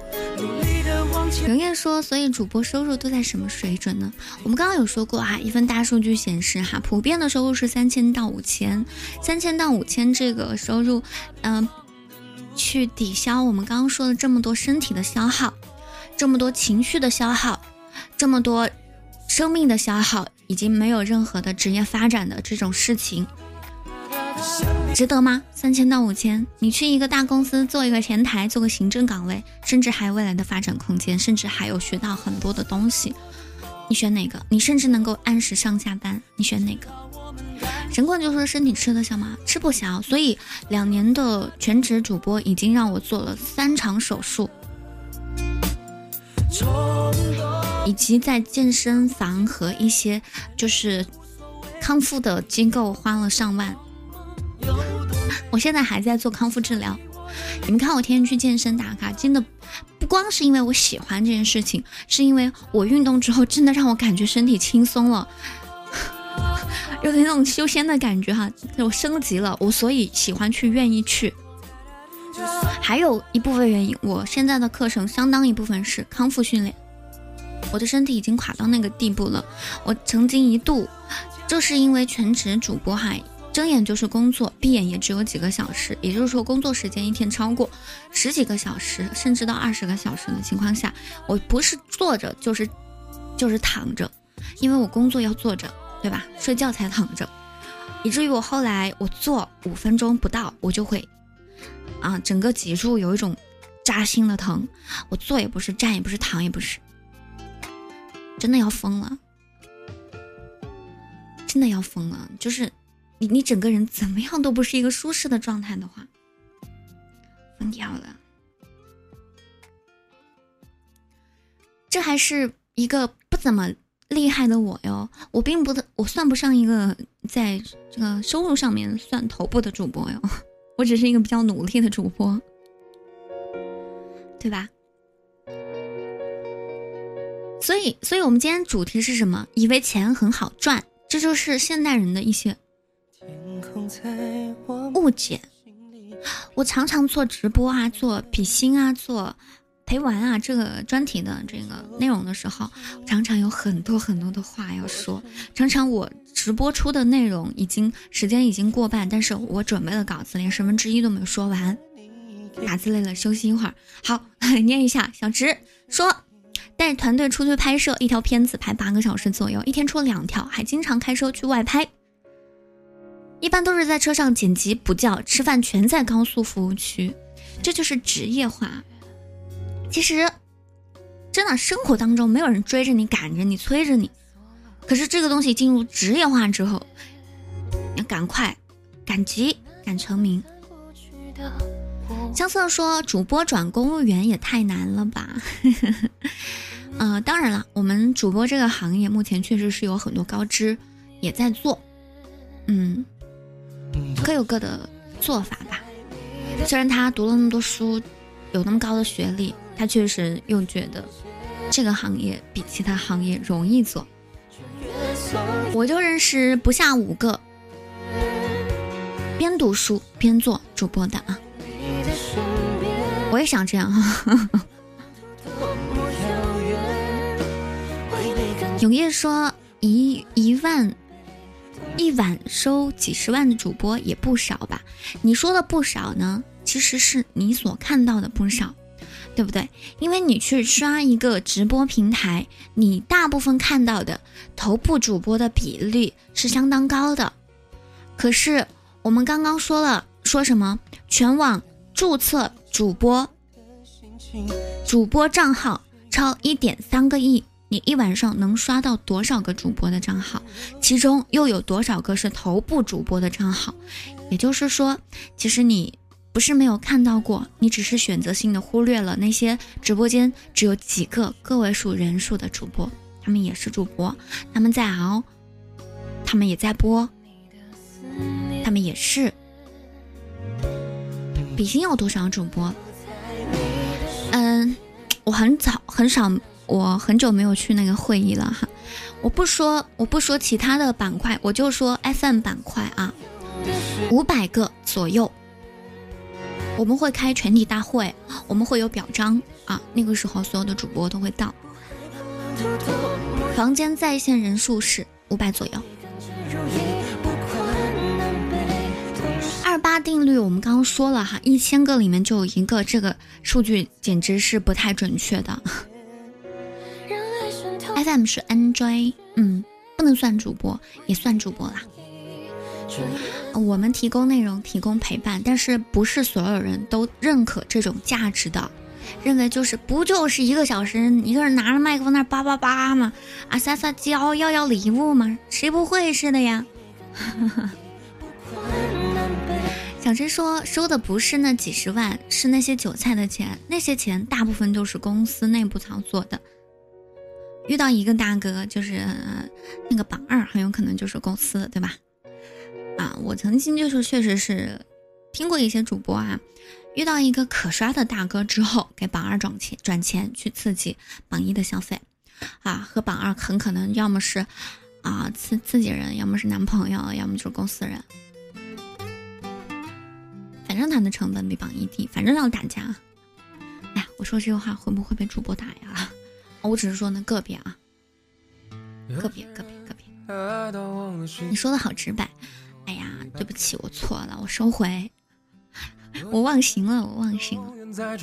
人叶说，所以主播收入都在什么水准呢？我们刚刚有说过哈，一份大数据显示哈，普遍的收入是三千到五千，三千到五千这个收入，嗯、呃。去抵消我们刚刚说的这么多身体的消耗，这么多情绪的消耗，这么多生命的消耗，已经没有任何的职业发展的这种事情，值得吗？三千到五千，你去一个大公司做一个前台，做个行政岗位，甚至还有未来的发展空间，甚至还有学到很多的东西，你选哪个？你甚至能够按时上下班，你选哪个？神棍就说身体吃得消吗？吃不消，所以两年的全职主播已经让我做了三场手术，以及在健身房和一些就是康复的机构花了上万。我现在还在做康复治疗，你们看我天天去健身打卡，真的不光是因为我喜欢这件事情，是因为我运动之后真的让我感觉身体轻松了，有点那种修仙的感觉哈，我升级了，我所以喜欢去，愿意去。还有一部分原因，我现在的课程相当一部分是康复训练，我的身体已经垮到那个地步了。我曾经一度就是因为全职主播哈，睁眼就是工作，闭眼也只有几个小时，也就是说工作时间一天超过十几个小时，甚至到二十个小时的情况下，我不是坐着就是就是躺着，因为我工作要坐着，对吧？睡觉才躺着，以至于我后来我坐五分钟不到，我就会啊，整个脊柱有一种扎心的疼。我坐也不是，站也不是，躺也不是，真的要疯了，真的要疯了。就是你你整个人怎么样都不是一个舒适的状态的话，疯掉了。这还是一个不怎么厉害的我哟，我并不我算不上一个在这个收入上面算头部的主播哟，我只是一个比较努力的主播，对吧？所以所以我们今天主题是什么？以为钱很好赚，这就是现代人的一些误解。我常常做直播啊，做比心啊，做陪玩啊这个专题的这个内容的时候，常常有很多很多的话要说，常常我直播出的内容已经时间已经过半，但是我准备的稿子连十分之一都没有说完，打字累了休息一会儿。好，念一下。小直说，带团队出去拍摄，一条片子拍八个小时左右，一天出两条，还经常开车去外拍，一般都是在车上剪辑补觉，吃饭全在高速服务区，这就是职业化。其实真的生活当中没有人追着你赶着你催着你，可是这个东西进入职业化之后，要赶快赶急赶成名。香色说，主播转公务员也太难了吧。呃，当然了，我们主播这个行业目前确实是有很多高知也在做，嗯，各有各的做法吧。虽然他读了那么多书，有那么高的学历，他确实又觉得这个行业比其他行业容易做。我就认识不下五个边读书边做主播的啊，我也想这样哈。永业说一一万一晚收几十万的主播也不少吧？你说的不少呢，其实是你所看到的不少，对不对？因为你去刷一个直播平台，你大部分看到的头部主播的比例是相当高的。可是我们刚刚说了，说什么？全网注册主播主播账号超 一点三个亿，你一晚上能刷到多少个主播的账号？其中又有多少个是头部主播的账号？也就是说，其实你不是没有看到过，你只是选择性的忽略了那些直播间只有几个个位数人数的主播，他们也是主播，他们在熬，他们也在播，他们也是。比心有多少主播？嗯，我很早很少，我很久没有去那个会议了哈。我不说，我不说其他的板块，我就说 F M 板块啊，五百个左右。我们会开全体大会，我们会有表彰啊，那个时候所有的主播都会到。房间在线人数是五百左右。二八定律我们刚刚说了哈，一千个里面就有一个，这个数据简直是不太准确的。F M 是 N J， 嗯，不能算主播，也算主播啦。我们提供内容，提供陪伴，但是不是所有人都认可这种价值的，认为就是不就是一个小时，一个人拿着麦克风那叭叭叭嘛，啊撒撒娇，要要礼物嘛，谁不会是的呀？小陈说收的不是那几十万，是那些韭菜的钱，那些钱大部分都是公司内部操作的。遇到一个大哥，就是、呃、那个榜二，很有可能就是公司的，对吧？啊，我曾经就是确实是听过一些主播啊，遇到一个可刷的大哥之后，给榜二转钱转钱去刺激榜一的消费，啊，和榜二很可能要么是啊自自己人，要么是男朋友，要么就是公司人，反正他的成本比榜一低，反正要打架。哎呀，我说这句话会不会被主播打呀？我只是说呢个别啊，个别个别个别。你说的好直白。哎呀，对不起，我错了，我收回，我忘形了，我忘形了，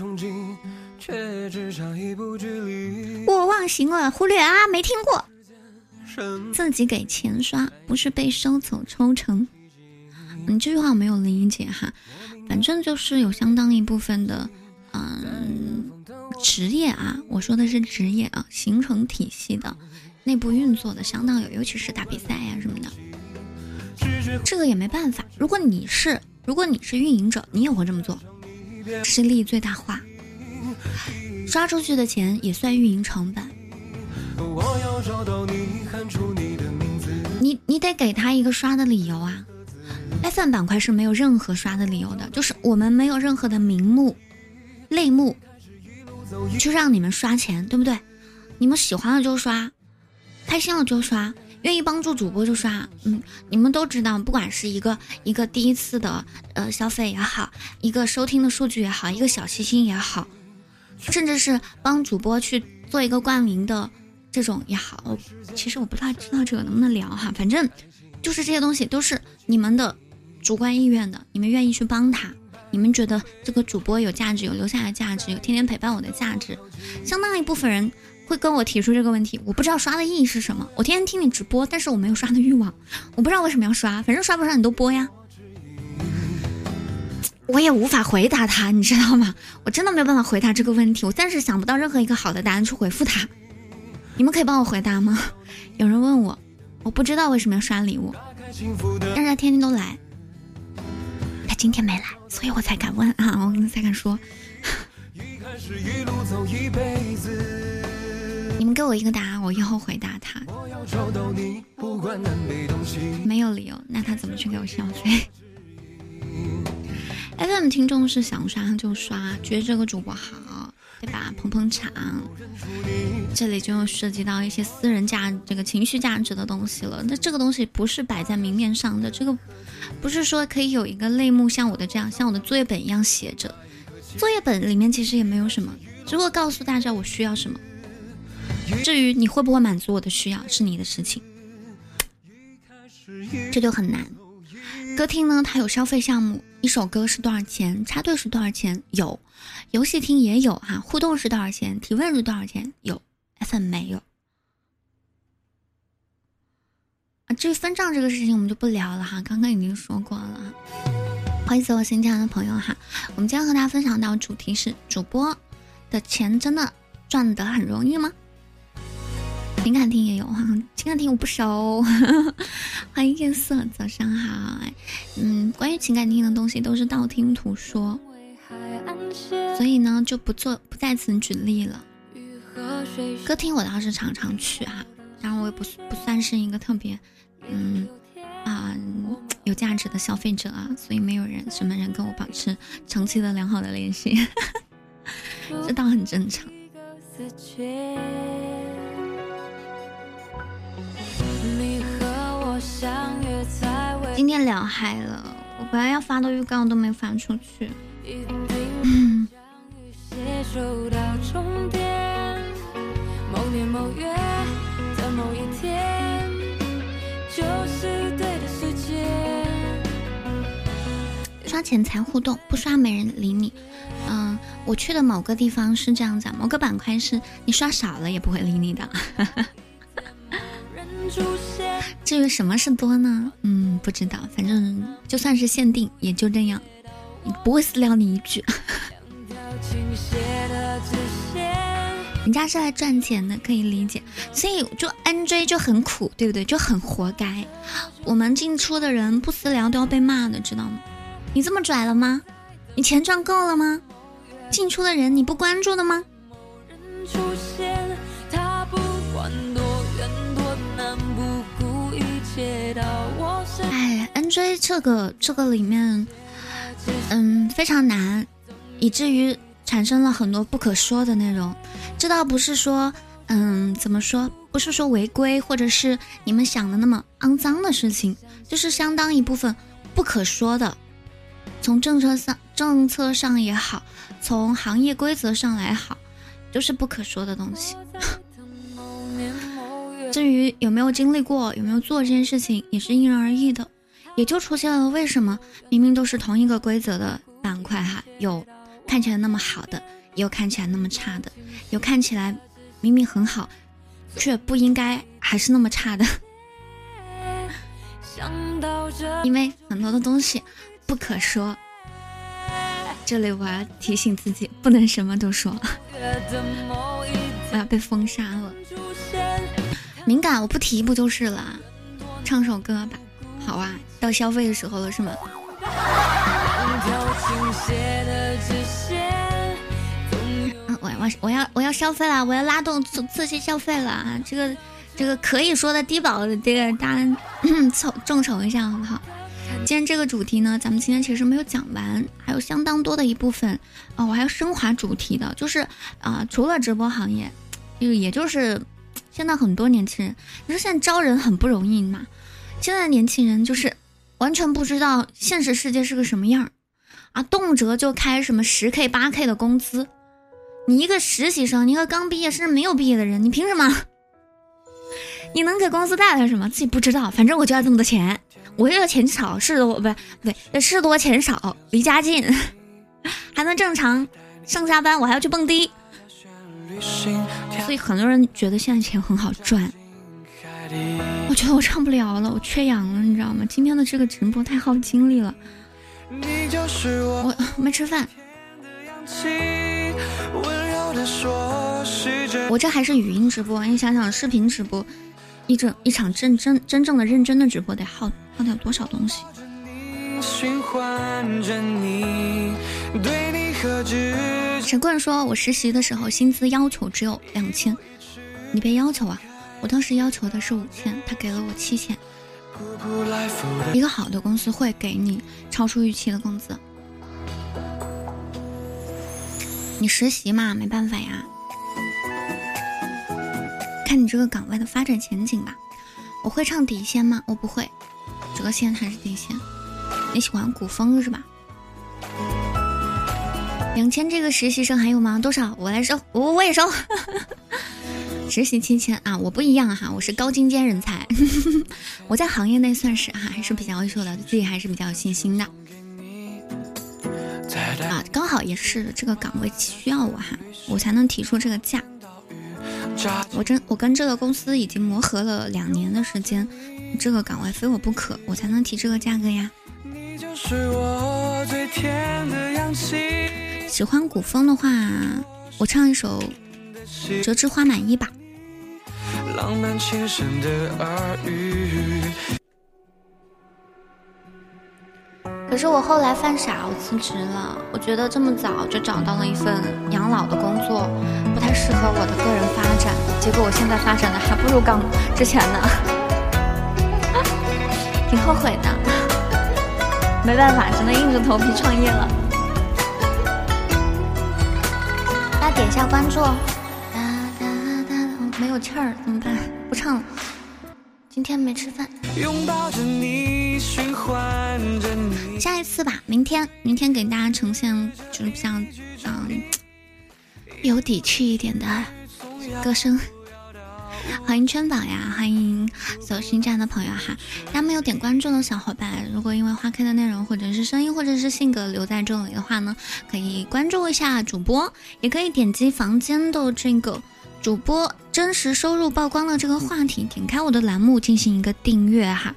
我忘形了，忽略啊，没听过。自己给钱刷，不是被收走抽成。嗯，这句话我没有理解哈，反正就是有相当一部分的，嗯，职业啊，我说的是职业啊，形成体系的，内部运作的相当有，尤其是打比赛呀、啊、什么的。这个也没办法，如果你是如果你是运营者，你也会这么做，是利益最大化，刷出去的钱也算运营成本，你你得给他一个刷的理由啊。F M 板块是没有任何刷的理由的，就是我们没有任何的名目类目去让你们刷钱，对不对？你们喜欢了就刷，开心了就刷，愿意帮助主播就刷。嗯，你们都知道，不管是一个一个第一次的呃消费也好，一个收听的数据也好，一个小细心也好，甚至是帮主播去做一个冠名的这种也好，其实我不太知道这个能不能聊哈，反正就是这些东西都是你们的主观意愿的，你们愿意去帮他，你们觉得这个主播有价值，有留下来的价值，有天天陪伴我的价值。相当一部分人会跟我提出这个问题，我不知道刷的意义是什么，我天天听你直播，但是我没有刷的欲望，我不知道为什么要刷，反正刷不刷你都播呀。我也无法回答他，你知道吗？我真的没有办法回答这个问题，我暂时想不到任何一个好的答案去回复他。你们可以帮我回答吗？有人问我，我不知道为什么要刷礼物，但是他天天都来，他今天没来，所以我才敢问啊，我才敢说。你们给我一个答案，我以后回答他。没有理由，那他怎么去给我消费？F M 听众是想刷就刷，觉得这个主播好，对吧？捧捧场，这里就涉及到一些私人价、这个情绪价值的东西了。那这个东西不是摆在明面上的，这个不是说可以有一个类目像我的这样，像我的作业本一样写着。作业本里面其实也没有什么，只不过告诉大家我需要什么。至于你会不会满足我的需要，是你的事情，这就很难。歌厅呢，它有消费项目，一首歌是多少钱，插队是多少钱，有；游戏厅也有哈，互动是多少钱，提问是多少钱，有。F M 没有啊。至于分账这个事情，我们就不聊了哈，刚刚已经说过了。欢迎所有新进来的朋友哈，我们今天和大家分享到主题是：主播的钱真的赚得很容易吗？情感厅也有哈，情感厅我不熟。欢迎夜色，早上好。嗯，关于情感厅的东西都是道听途说，所以呢就不做不在此举例了。歌厅我倒是常常去哈，当然我也不不算是一个特别嗯啊、呃、有价值的消费者啊，所以没有人什么人跟我保持长期的良好的联系，这倒很正常。今天聊嗨了，我本来要发的预告都没发出去。嗯，某年某月的某一天，就是对的时间。刷钱财互动，不刷没人理你。嗯，我去的某个地方是这样子，某个板块是你刷少了也不会理你的。至于什么是多呢？嗯，不知道，反正就算是限定也就这样，不会私聊你一句。人家是来赚钱的，可以理解，所以就 N J 就很苦，对不对？就很活该。我们进出的人不私聊都要被骂的，知道吗？你这么拽了吗？你钱赚够了吗？进出的人你不关注的吗？哎 ，N J 这个这个里面，嗯，非常难，以至于产生了很多不可说的内容。这倒不是说，嗯，怎么说？不是说违规，或者是你们想的那么肮脏的事情，就是相当一部分不可说的。从政策上，政策上也好，从行业规则上来好，就是不可说的东西。至于有没有经历过，有没有做这件事情，也是因人而异的，也就出现了为什么明明都是同一个规则的板块哈，有看起来那么好的，也有看起来那么差的，有看起来明明很好，却不应该还是那么差的。因为很多的东西不可说，这里我要提醒自己，不能什么都说，我要被封杀了。敏感我不提不就是了，唱首歌吧。好啊，到消费的时候了是吗？嗯、我我我要我要消费了，我要拉动刺激消费了啊！这个这个可以说的低保的这个大家凑众筹一下好不好？今天这个主题呢，咱们今天其实没有讲完，还有相当多的一部分啊、哦，我还要升华主题的，就是啊、呃，除了直播行业，就也就是现在很多年轻人，你说现在招人很不容易嘛？现在的年轻人就是完全不知道现实世界是个什么样啊，动辄就开什么十 K 八 K 的工资，你一个实习生，你一个刚毕业甚至没有毕业的人，你凭什么？你能给公司带来什么？自己不知道，反正我就要这么多钱。我这个钱少，事多不不对，事多钱少，离家近，还能正常上下班，我还要去蹦迪。所以很多人觉得现在钱很好赚，我觉得我唱不了了，我缺氧了，你知道吗？今天的这个直播太耗精力了，我没吃饭，我这还是语音直播，你想想视频直播，一整一场真真真正的认真的直播得耗耗掉多少东西？陈棍说，我实习的时候薪资要求只有两千， 你别要求啊，我当时要求的是五千，他给了我七千。一个好的公司会给你超出预期的工资。你实习嘛，没办法呀，看你这个岗位的发展前景吧。我会唱底线吗？我不会，折线还是底线。你喜欢古风是吧？两千这个实习生还有吗？多少？我来收，我我也收。实习七千啊，我不一样哈，我是高精尖人才，我在行业内算是哈还是比较优秀的，对自己还是比较有信心的。啊，刚好也是这个岗位需要我哈，我才能提出这个价。我真我跟这个公司已经磨合了两年的时间，这个岗位非我不可，我才能提这个价格呀。喜欢古风的话，我唱一首《折枝花满衣》吧。浪漫情深的耳语。可是我后来犯傻，我辞职了。我觉得这么早就找到了一份养老的工作，不太适合我的个人发展。结果我现在发展的还不如刚之前呢，挺后悔的。没办法，只能硬着头皮创业了。大家点一下关注。没有气儿怎么办？不唱了，今天没吃饭。拥抱着你，循环着你。下一次吧，明天，明天给大家呈现就是比较嗯有底气一点的歌声。欢迎圈宝呀，欢迎所有新站的朋友哈。大家没有点关注的小伙伴，如果因为花 K 的内容或者是声音或者是性格留在这里的话呢，可以关注一下主播，也可以点击房间的这个主播真实收入曝光的这个话题，点开我的栏目进行一个订阅哈。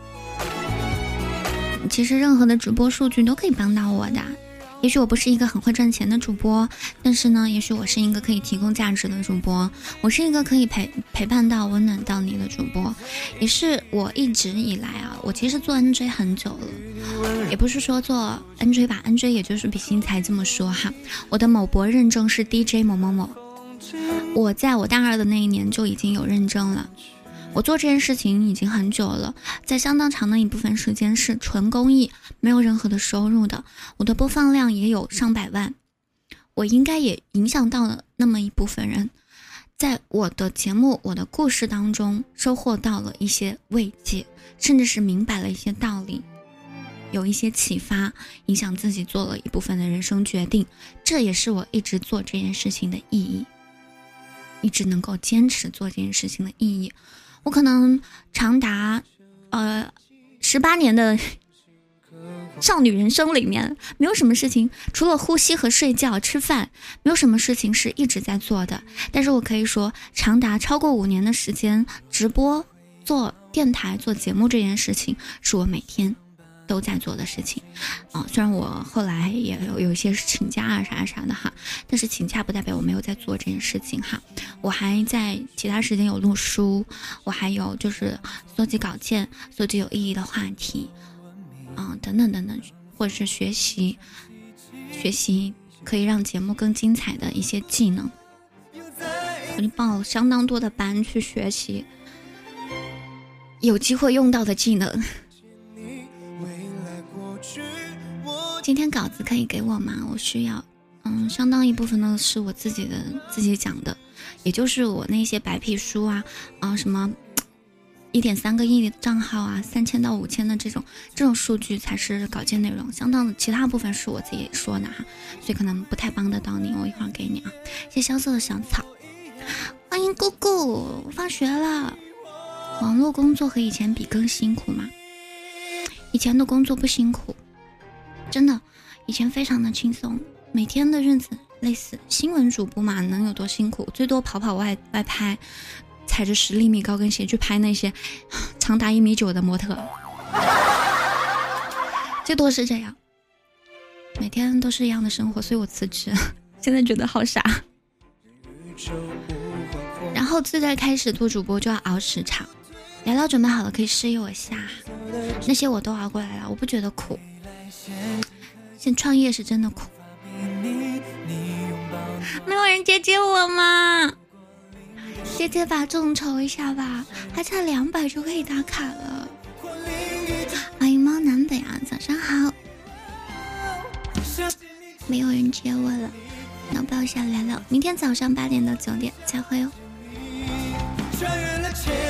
其实任何的直播数据都可以帮到我的，也许我不是一个很会赚钱的主播，但是呢，也许我是一个可以提供价值的主播，我是一个可以陪陪伴到温暖到你的主播，也是我一直以来啊，我其实做 N J 很久了，也不是说做 N J 吧 ，N J 也就是比心才这么说哈。我的某博认证是 D J 某某某。我在我大二的那一年就已经有认证了，我做这件事情已经很久了，在相当长的一部分时间是纯公益，没有任何的收入的，我的播放量也有上百万，我应该也影响到了那么一部分人，在我的节目我的故事当中收获到了一些慰藉，甚至是明白了一些道理，有一些启发，影响自己做了一部分的人生决定，这也是我一直做这件事情的意义，一直能够坚持做这件事情的意义。我可能长达呃十八年的少女人生里面，没有什么事情除了呼吸和睡觉吃饭，没有什么事情是一直在做的，但是我可以说长达超过五年的时间，直播做电台做节目这件事情是我每天都在做的事情啊、呃，虽然我后来也有有一些请假啊啥啥的哈，但是请假不代表我没有在做这件事情哈。我还在其他时间有录书，我还有就是搜集稿件，搜集有意义的话题啊、呃、等等等等，或者是学习学习可以让节目更精彩的一些技能。我就报了相当多的班去学习有机会用到的技能。今天稿子可以给我吗？我需要，嗯，相当一部分呢是我自己的自己讲的，也就是我那些白皮书啊，啊什么一点三个亿的账号啊，三千到五千的这种这种数据才是稿件内容，相当的其他部分是我自己说的哈，所以可能不太帮得到你，我一会儿给你啊。谢谢萧瑟的小草，欢迎姑姑，我放学了。网络工作和以前比更辛苦吗？以前的工作不辛苦。真的以前非常的轻松，每天的日子类似新闻主播嘛，能有多辛苦？最多跑跑外外拍，踩着十厘米高跟鞋去拍那些长达一米九的模特，最多是这样，每天都是一样的生活，所以我辞职，现在觉得好傻。然后自在开始做主播就要熬时长，聊聊准备好了可以示意我下，那些我都熬过来了，我不觉得苦。现创业是真的苦，没有人接接我吗？ 接贴吧众筹一下吧，还差两百就可以打卡了。欢迎猫南北啊，早上好。没有人接我了，那不要下来了，明天早上八点到九点才会哦。穿越了千